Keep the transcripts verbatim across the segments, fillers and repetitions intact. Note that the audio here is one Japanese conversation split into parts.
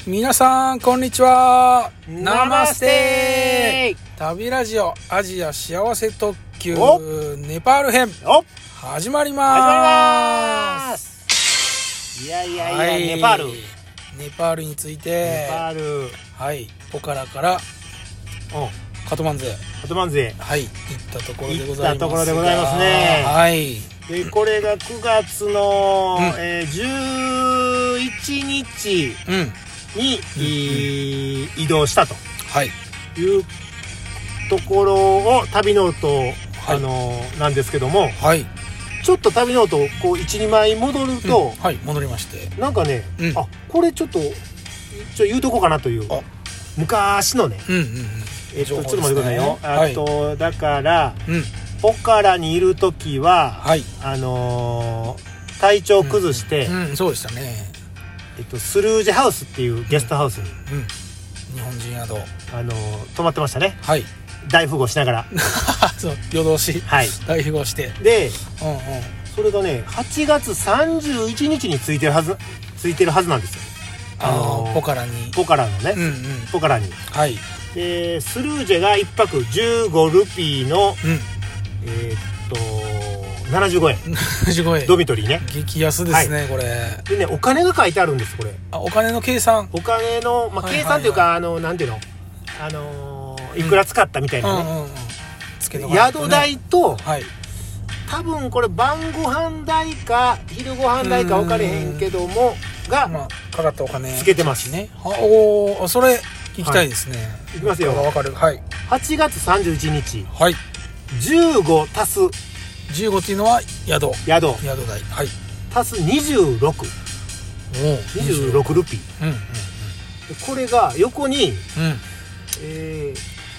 皆さんこんにちは。 ナマステ旅ラジオアジア幸せ特急おネパール編お始まり始ままりますいやいやいや、 はいネパールネネパールについてパールはいポカラからうんカトマンズへカトマンズへはい行ったところでございます行ったところでございますねはいでこれがくがつの、 うんえー、じゅういちにちうんに、い移動したとはいいうところを旅ノート、 はいあのーなんですけども、 はいちょっと旅ノートこう いちにまい戻ると、 うんはい戻りましてなんかね、 うんあこれちょっとちょ言うとこうかなというあ昔のねうんうんうんえっと、 情報ちょっと待ってくださいよ、 ですねあとだからうんポカラにいる時は、 はいあのー体調崩して、 うんうんそうでしたねえっと、スルージハウスっていうゲストハウスに、 うん日本人宿あのー泊まってましたね、 はい大富豪しながらそう夜通しはい大富豪してでうんうんそれがねはちがつさんじゅういちにちについてるはずついてるはずなんですよ、 あのーポカラにポカラのね、 うんうんポカラにはいでスルージェがいっぱくじゅうごルピーのうんえーっとななじゅうごえんすごいドミトリーね激安ですね、これでねお金が書いてあるんですこれあお金の計算お金の、まあ、 はいはいはい計算というか、あのなんていうのあのーいくら使ったみたいうんなね、 うんうんつけとかないとね宿代とはい多分これ晩ご飯代か昼ご飯代か分かれへんけどもがまあかかったお金つけてますねあおーそれ聞きたいですね、 いきますよわかるはいはちがつさんじゅういちにちはいじゅうご足すじゅうごっていうのは宿宿宿代はい足すにじゅうろくおおにじゅうろくルピーうんうんでこれが横にうんうんえー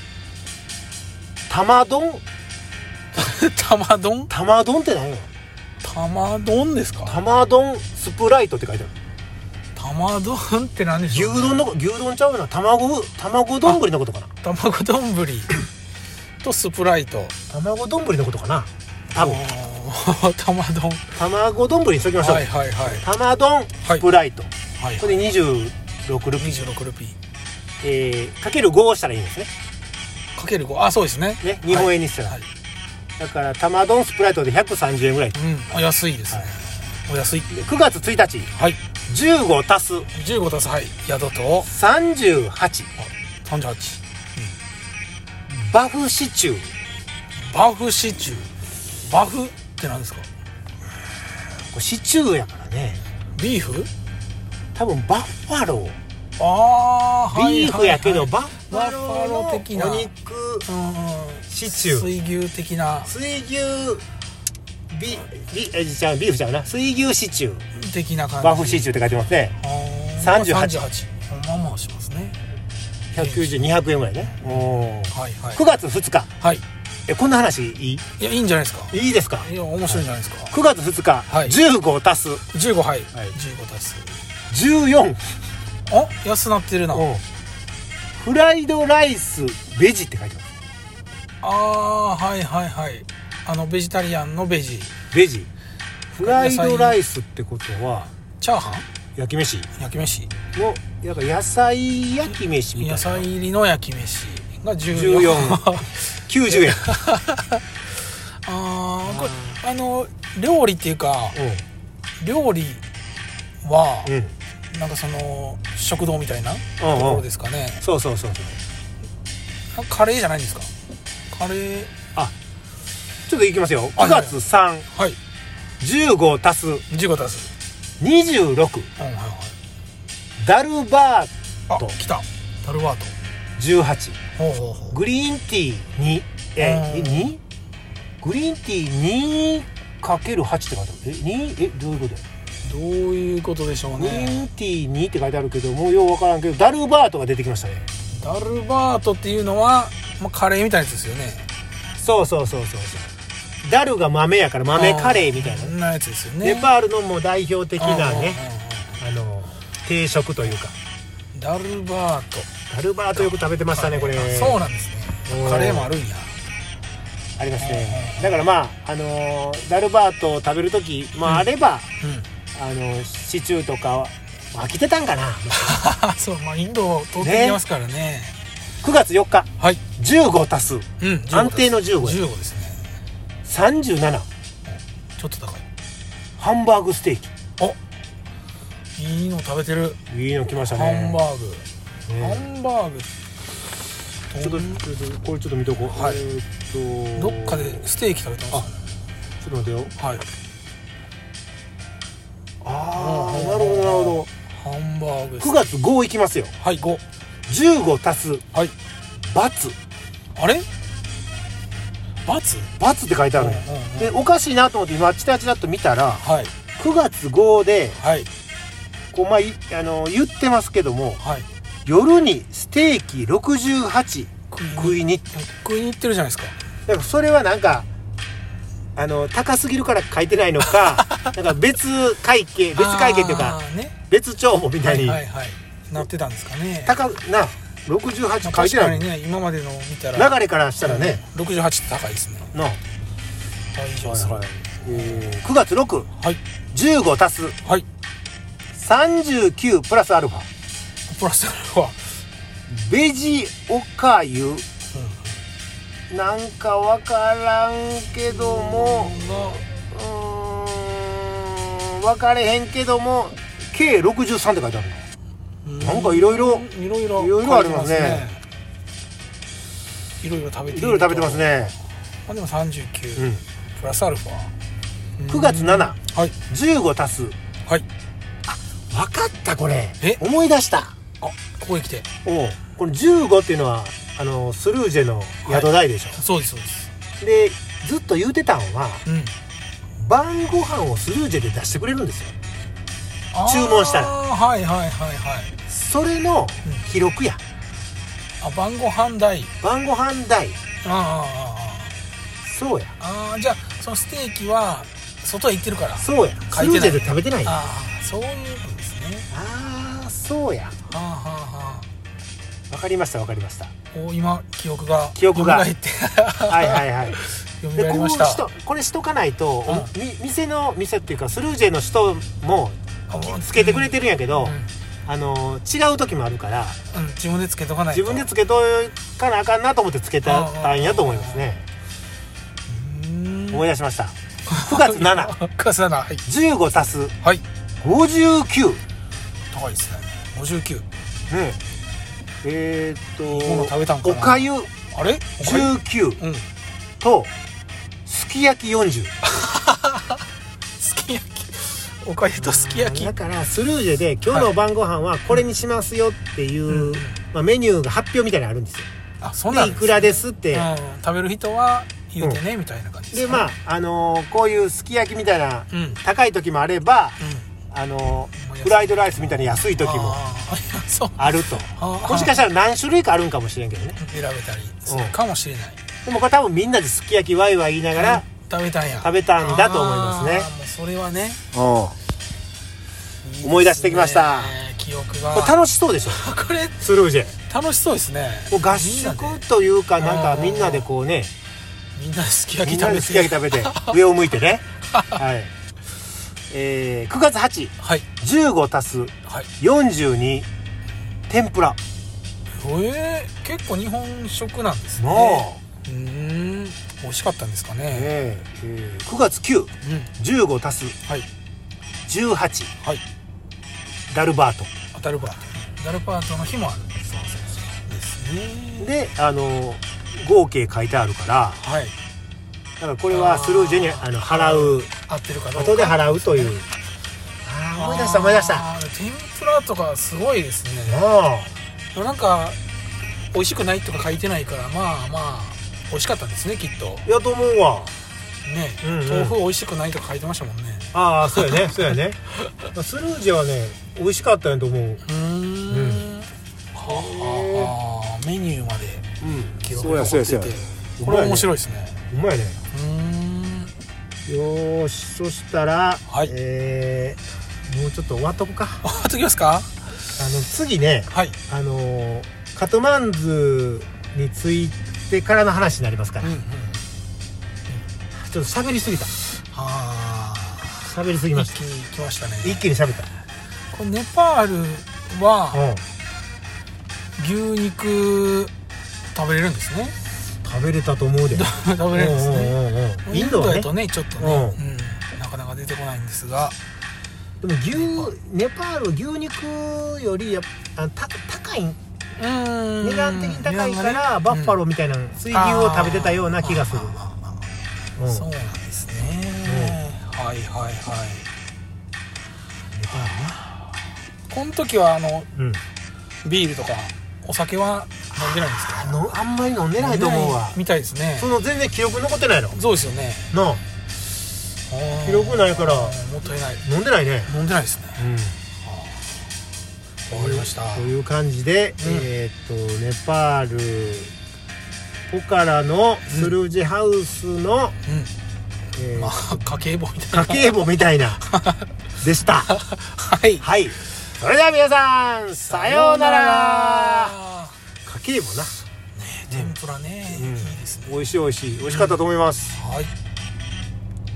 玉丼玉丼玉丼って何よ玉丼ですか玉丼スプライトって書いてある玉丼って何でし牛ょう、ね、 丼の牛丼ちゃうよな卵卵丼のことかな卵丼とスプライト卵丼のことかな多分玉丼卵丼にしときましょう、 はいはいはい玉丼スプライト、 はいこれでにじゅうろくルピー、 にじゅうろくルピーえー、かけるごをしたらいいんですねかけるごあそうですねね日本円にしたら、 はい、 だから玉丼スプライトでひゃくさんじゅうえんぐらい、 うん、あ安いですね、 はいお安いでくがつついたちはいじゅうご足すじゅうごたすはい宿とさんじゅうはちさんじゅうはちバフシチューバフシチューバフって何ですかこれシチューやからねビーフ多分バッファローああビーフやけどバッフバッファロァローー的なのお肉うんうんシチュー水牛的な水牛ビビえじゃあビーフじゃうな水牛シチュー的な感じバフシチューって書いてますねあーさんじゅうはちさんじゅうはちまあまあしますねひゃくきゅうじゅう、にひゃくえんぐらいねおはいはいくがつふつかはいえこんな話いいいやいいんじゃないですかいいですかいや面白いんじゃないですかくがつふつか、 はいじゅうご足すじゅうごはい、 はいじゅうごたすじゅうよんあ安なってるなうんフライドライスベジって書いてますああはいはいはいあのベジタリアンのベジベジフライドライスってことはチャーハン焼き飯焼き飯のなんか野菜焼き飯みたいな野菜入りの焼き飯がじゅうよんじゅうよんきゅうじゅうえんあーこれあの料理っていうか料理はうんうんなんかその食堂みたいなところですかねそうそうそうそうカレーじゃないんですかカレーちょっといきますよはいくがつさんはいじゅうご足すじゅうごたすにじゅうろくうんはいはいダルバーあト来たタルバートじゅうはちほうほうほうグリーンティーにえうんにグリーンティー にかけるはち って書いてあるえにえどういうことどういうことでしょうグリーねンティーにって書いてあるけどもうようわからんけどダルバートが出てきましたねダルバートっていうのは、まあ、カレーみたいなやつですよねそうそうそうそうそうダルが豆やから豆カレーみたいなそんなやつですよねネパールのもう代表的なねうんうんうんあの定食というかダルバートダルバートよく食べてましたねこれあそうなんですねカレーもあるんやありますねだからまああのーダルバートを食べるときまああれば、 うんあのシチューとか飽きてたんかなそう、まあインドを通ってきますからね。 くがつよっか、 はい、 じゅうご足す、 うん、 安定のじゅうごじゅうごですね。 さんじゅうなな、 ちょっと高い。 ハンバーグステーキ。 お、いいの食べてる。 いいの来ましたハね。 ンバーグ、 ね、 ハンバーグちょっとちょっとこれちょっと見とこう、 はい、 えー、っとどっかでステーキ食べてますね。 ちょっと待てよ。 はい、 ああ、なるほどなるほど。ハンバーグど。くがつごいきますよ。 はい、ご。 じゅうご足す、 はい、 バツ。 あれバツバツって書いてあるのよ、 うんうんうん、 でおかしいなと思って今チラチラっと見たら、 はい、 くがつごで、 はい、 こうまあ、あの言ってますけども、 はい、 夜にステーキろくじゅうはち食いに食いに行ってるじゃないですか。 だからそれはなんかあの高すぎるから書いてないのかなんか別会計別会計っていうか、ね、別帳簿みたいに、 はいはいはい、なってたんですかね。 高なろくじゅうはち書いてない、 まあ、確かにね、今までの見たら流れからしたらね、 うん、ろくじゅうはちって高いですね。 の大丈夫です、はいはい、 えー、くがつろく、 はい、じじゅうご足す、 はい、 さんじゅうきゅうプラスアルファプラスアルファベジおかゆ、うん、なんかわからんけどもうーん分かれへんけども計ろくじゅうさんって書いてあるの。なんかいろいろいろいろいろいろありますね。 いろいろ食べていろいろ食べてますね。 まあ、でもさんじゅうきゅう、 うん、 プラスアルファくがつなな、 はい、 じゅうご足す、 はい、 あ、分かったこれ。 え思い出した。あ、 ここへ来て。 おこのじゅうごっていうのはあのスルージェの宿代でしょ、 はい、そうですそうです。 でずっと言うてたのは、 うん、 晩ご飯をスルージェで出してくれるんですよ、注文したら。 はいはいはいはい。 それの記録や、 うん、あ、晩ご飯代晩ご飯代。 ああ、 そうや。 ああ、じゃあそのステーキは外へ行ってるから。 そうや、スルージェで食べてない。 ああ、そういうことですね。 ああ、そうや。はあはあはあ、わかりましたわかりました。 お、今記憶が記憶が蘇ってはいはいはい蘇りました。 でこうしとこれしとかないと、 うん、 み店の店っていうかスルージェの人もつけてくれてるんやけど、うんうん、あの違う時もあるから、 うん、自分でつけとかないと。 自分でつけとかなあかんなと思ってつけたんやと思いますね。うーん、思い出しました。くがつななくがつなな、はい、 じゅうご足す、 はい、 ごじゅうきゅう。 高いですね。ごじゅうきゅう。 ねえー、っといいもの食べたんかな。 おかゆあれじゅうきゅう、うん、とすき焼きよんじゅうすき焼き、おかゆとすき焼き。 だからスルージェで今日の晩ご飯はこれにしますよっていう、うん、まあ、メニューが発表みたいなのあるんですよ。 あ、そうなんですね。 でいくらですって、うん、 食べる人は言うてね、うん、みたいな感じですね。 でまあ、あのー、こういうすき焼きみたいな、うん、高い時もあれば、うん、あのー、フライドライスみたいな安い時もあると。もしかしたら何種類かあるんかもしれんけどね、 選べたりするかもしれない、 うん、でもこれ多分みんなですき焼きワイワイ言いながら、うん、 食べたんや食べたんだと思いますね。 もうそれはね、 いい思い出してきました。 記憶がこれ楽しそうでしょこれスルージェ楽しそうですね。 もう合宿というかなんかみんなでこうね、 みんなですき焼き食べて、 すき焼き食べて上を向いてねはい、えー、くがつはち、はい、じゅうご足す、はい、よんじゅうに天ぷら。 えー、結構日本食なんですね。うーん、美味しかったんですかね。 えーえー、くがつく、うん、じゅうご足す、はい、じゅうはち、はい、ダルバート。 ダルバートダルバートの日もある。そうそうそうですね。 であの合計書いてあるから、はい、だからこれはスルージェにあの払う、 合ってるかどうか後で払うという。ああ、思い出した思い出した。 天ぷらとかすごいですね。ああ、なんか美味しくないとか書いてないから、まあまあ美味しかったんですね、きっと。 いやと思うわね、うんうん、豆腐美味しくないとか書いてましたもんね。 ああ、そうやねそうやねスルージェはね美味しかったんやと思う。うーん、うん、 はあ、メニューまで記録が残ってて、 これは面白いですね。 うまいね。うーん、よーし、そしたら、はい、えー、もうちょっと終わっとくか。 終わっときますか。 あの次ね、はい、あのカトマンズについてからの話になりますから、うんうん、ちょっと喋りすぎた。ああ、喋りすぎました。 一気に来ましたね。 一気に喋った。 これネパールは牛肉食べれるんですね。 食べれたと思うで食べれるんですね。 うんうんうんうん、インドはね、 インドだとねちょっとね、うんうん、なかなか出てこないんですが、 でも牛ネパール牛肉よりやっぱた高い、 うん値段的に高いから、ね、バッファローみたいな水牛を食べてたような気がする。 うん、そうなんですね、うん、はいはいはい。ネパールね。この時はあの、うん、ビールとかお酒は飲んでないんですか？ あのあんまり飲んでないと思うわ。 みたいですね。 その全然記録残ってないの？ そうですよね。 なあ、記録ないからもったいない。 飲んでないね。 飲んでないですね。うん、わかりました。 という感じで、うん、えっとネパールポカラのスルージハウスの、うん、 えーまあ、家計簿みたいな家計簿みたいなでした。 はい、 はい、それでは皆さんさようなら。家計簿な、 ね、天ぷらね、うん、いいですね。 美味しい美味しい美味しかったと思います、 うん、はい。